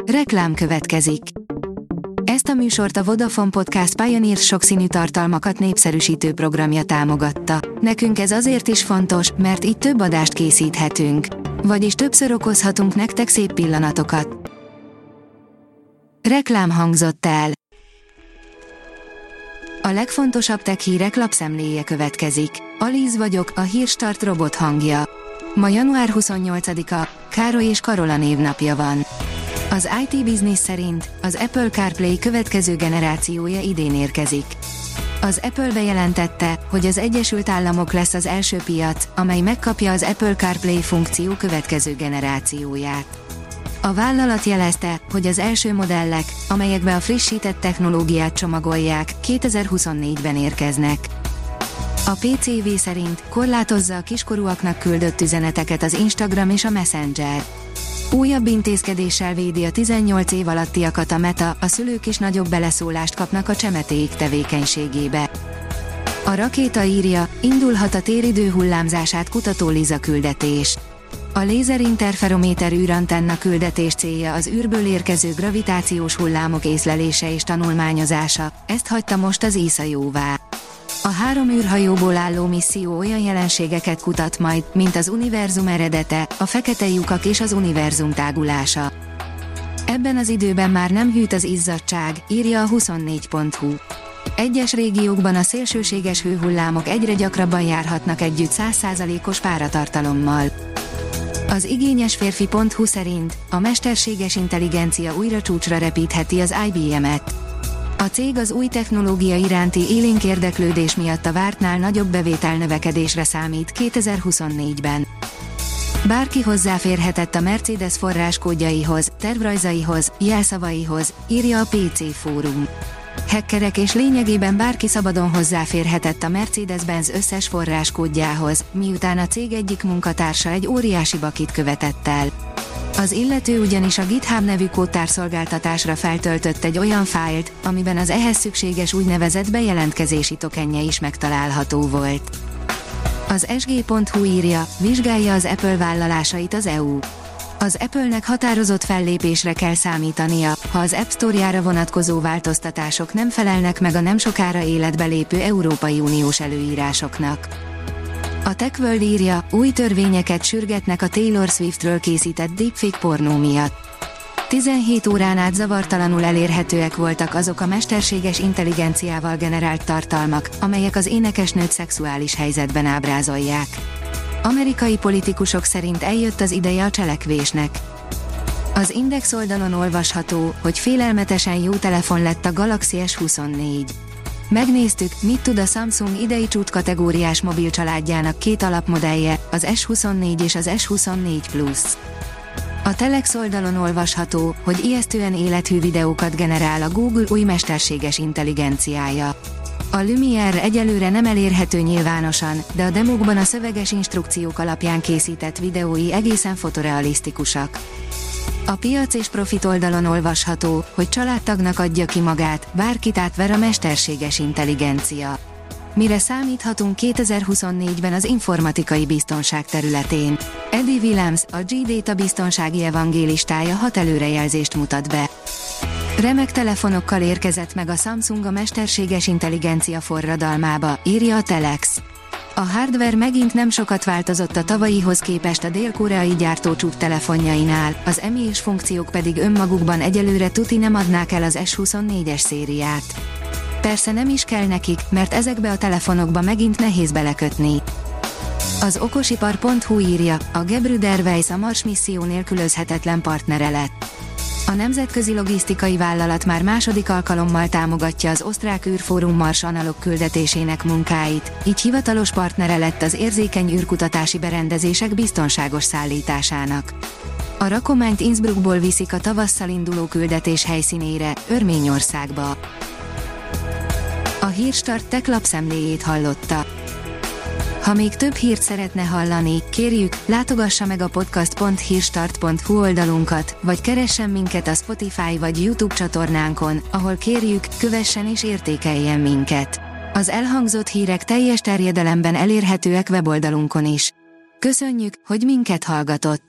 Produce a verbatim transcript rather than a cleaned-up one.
Reklám következik. Ezt a műsort a Vodafone Podcast Pioneer sokszínű tartalmakat népszerűsítő programja támogatta. Nekünk ez azért is fontos, mert így több adást készíthetünk. Vagyis többször okozhatunk nektek szép pillanatokat. Reklám hangzott el. A legfontosabb tech hírek lapszemléje következik. Alíz vagyok, a Hírstart robot hangja. Ma január huszonnyolcadika, Károly és Karola névnapja van. Az i té Business szerint az Apple CarPlay következő generációja idén érkezik. Az Apple bejelentette, hogy az Egyesült Államok lesz az első piac, amely megkapja az Apple CarPlay funkció következő generációját. A vállalat jelezte, hogy az első modellek, amelyekbe a frissített technológiát csomagolják, kétezer-huszonnégyben érkeznek. A pé cé vé szerint korlátozza a kiskorúaknak küldött üzeneteket az Instagram és a Messenger. Újabb intézkedéssel védi a tizennyolc év alattiakat a Meta, a szülők is nagyobb beleszólást kapnak a csemetéik tevékenységébe. A Rakéta írja, indulhat a téridő hullámzását kutató LISA küldetés. A lézerinterferométer űrantenna küldetés célja az űrből érkező gravitációs hullámok észlelése és tanulmányozása, ezt hagyta most az é es á jóvá. A három űrhajóból álló misszió olyan jelenségeket kutat majd, mint az univerzum eredete, a fekete lyukak és az univerzum tágulása. Ebben az időben már nem hűt az izzadtság, írja a huszonnégy pont hu. Egyes régiókban a szélsőséges hőhullámok egyre gyakrabban járhatnak együtt száz százalékos páratartalommal. Az igényesférfi pont hu szerint a mesterséges intelligencia újra csúcsra repítheti az i bé em-et. A cég az új technológia iránti élénk érdeklődés miatt a vártnál nagyobb bevételnövekedésre számít kétezer-huszonnégyben. Bárki hozzáférhetett a Mercedes forráskódjaihoz, tervrajzaihoz, jelszavaihoz, írja a pé cé Fórum. Hackerek és lényegében bárki szabadon hozzáférhetett a Mercedes-Benz összes forráskódjához, miután a cég egyik munkatársa egy óriási bakit követett el. Az illető ugyanis a GitHub nevű kódtárszolgáltatásra feltöltött egy olyan fájlt, amiben az ehhez szükséges úgynevezett bejelentkezési tokenje is megtalálható volt. Az es gé pont hu írja, vizsgálja az Apple vállalásait az é u. Az Apple-nek határozott fellépésre kell számítania, ha az App Store-jára vonatkozó változtatások nem felelnek meg a nem sokára életbe lépő Európai Uniós előírásoknak. A TechWorld írja, új törvényeket sürgetnek a Taylor Swiftről készített deepfake pornó miatt. tizenhét órán át zavartalanul elérhetőek voltak azok a mesterséges intelligenciával generált tartalmak, amelyek az énekesnőt szexuális helyzetben ábrázolják. Amerikai politikusok szerint eljött az ideje a cselekvésnek. Az Index oldalon olvasható, hogy félelmetesen jó telefon lett a Galaxy es huszonnégy. Megnéztük, mit tud a Samsung idei csúcskategóriás mobil családjának két alapmodellje, az es huszonnégy és az es huszonnégy Plus. A Telex oldalon olvasható, hogy ijesztően élethű videókat generál a Google új mesterséges intelligenciája. A Lumiere egyelőre nem elérhető nyilvánosan, de a demókban a szöveges instrukciók alapján készített videói egészen fotorealisztikusak. A piac és profit oldalon olvasható, hogy családtagnak adja ki magát, bárkit átver a mesterséges intelligencia. Mire számíthatunk kétezer-huszonnégyben az informatikai biztonság területén? Eddie Williams, a G-Data biztonsági evangélistája hat előrejelzést mutat be. Remek telefonokkal érkezett meg a Samsung a mesterséges intelligencia forradalmába, írja a Telex. A hardware megint nem sokat változott a tavalyihoz képest a dél-koreai gyártó csúcstelefonjainál, az e em i-s funkciók pedig önmagukban egyelőre tuti nem adnák el az es huszonnégyes szériát. Persze nem is kell nekik, mert ezekbe a telefonokba megint nehéz belekötni. Az okosipar pont hu írja, a Gebrüder Airways a Mars misszió nélkülözhetetlen partnere lett. A nemzetközi logisztikai vállalat már második alkalommal támogatja az osztrák űrfórum Mars analóg küldetésének munkáit, így hivatalos partnere lett az érzékeny űrkutatási berendezések biztonságos szállításának. A rakományt Innsbruckból viszik a tavasszal induló küldetés helyszínére, Örményországba. A Hírstart Tech lapszemléjét hallotta. Ha még több hírt szeretne hallani, kérjük, látogassa meg a podcast pont hírstart pont hu oldalunkat, vagy keressen minket a Spotify vagy YouTube csatornánkon, ahol kérjük, kövessen és értékeljen minket. Az elhangzott hírek teljes terjedelemben elérhetőek weboldalunkon is. Köszönjük, hogy minket hallgatott!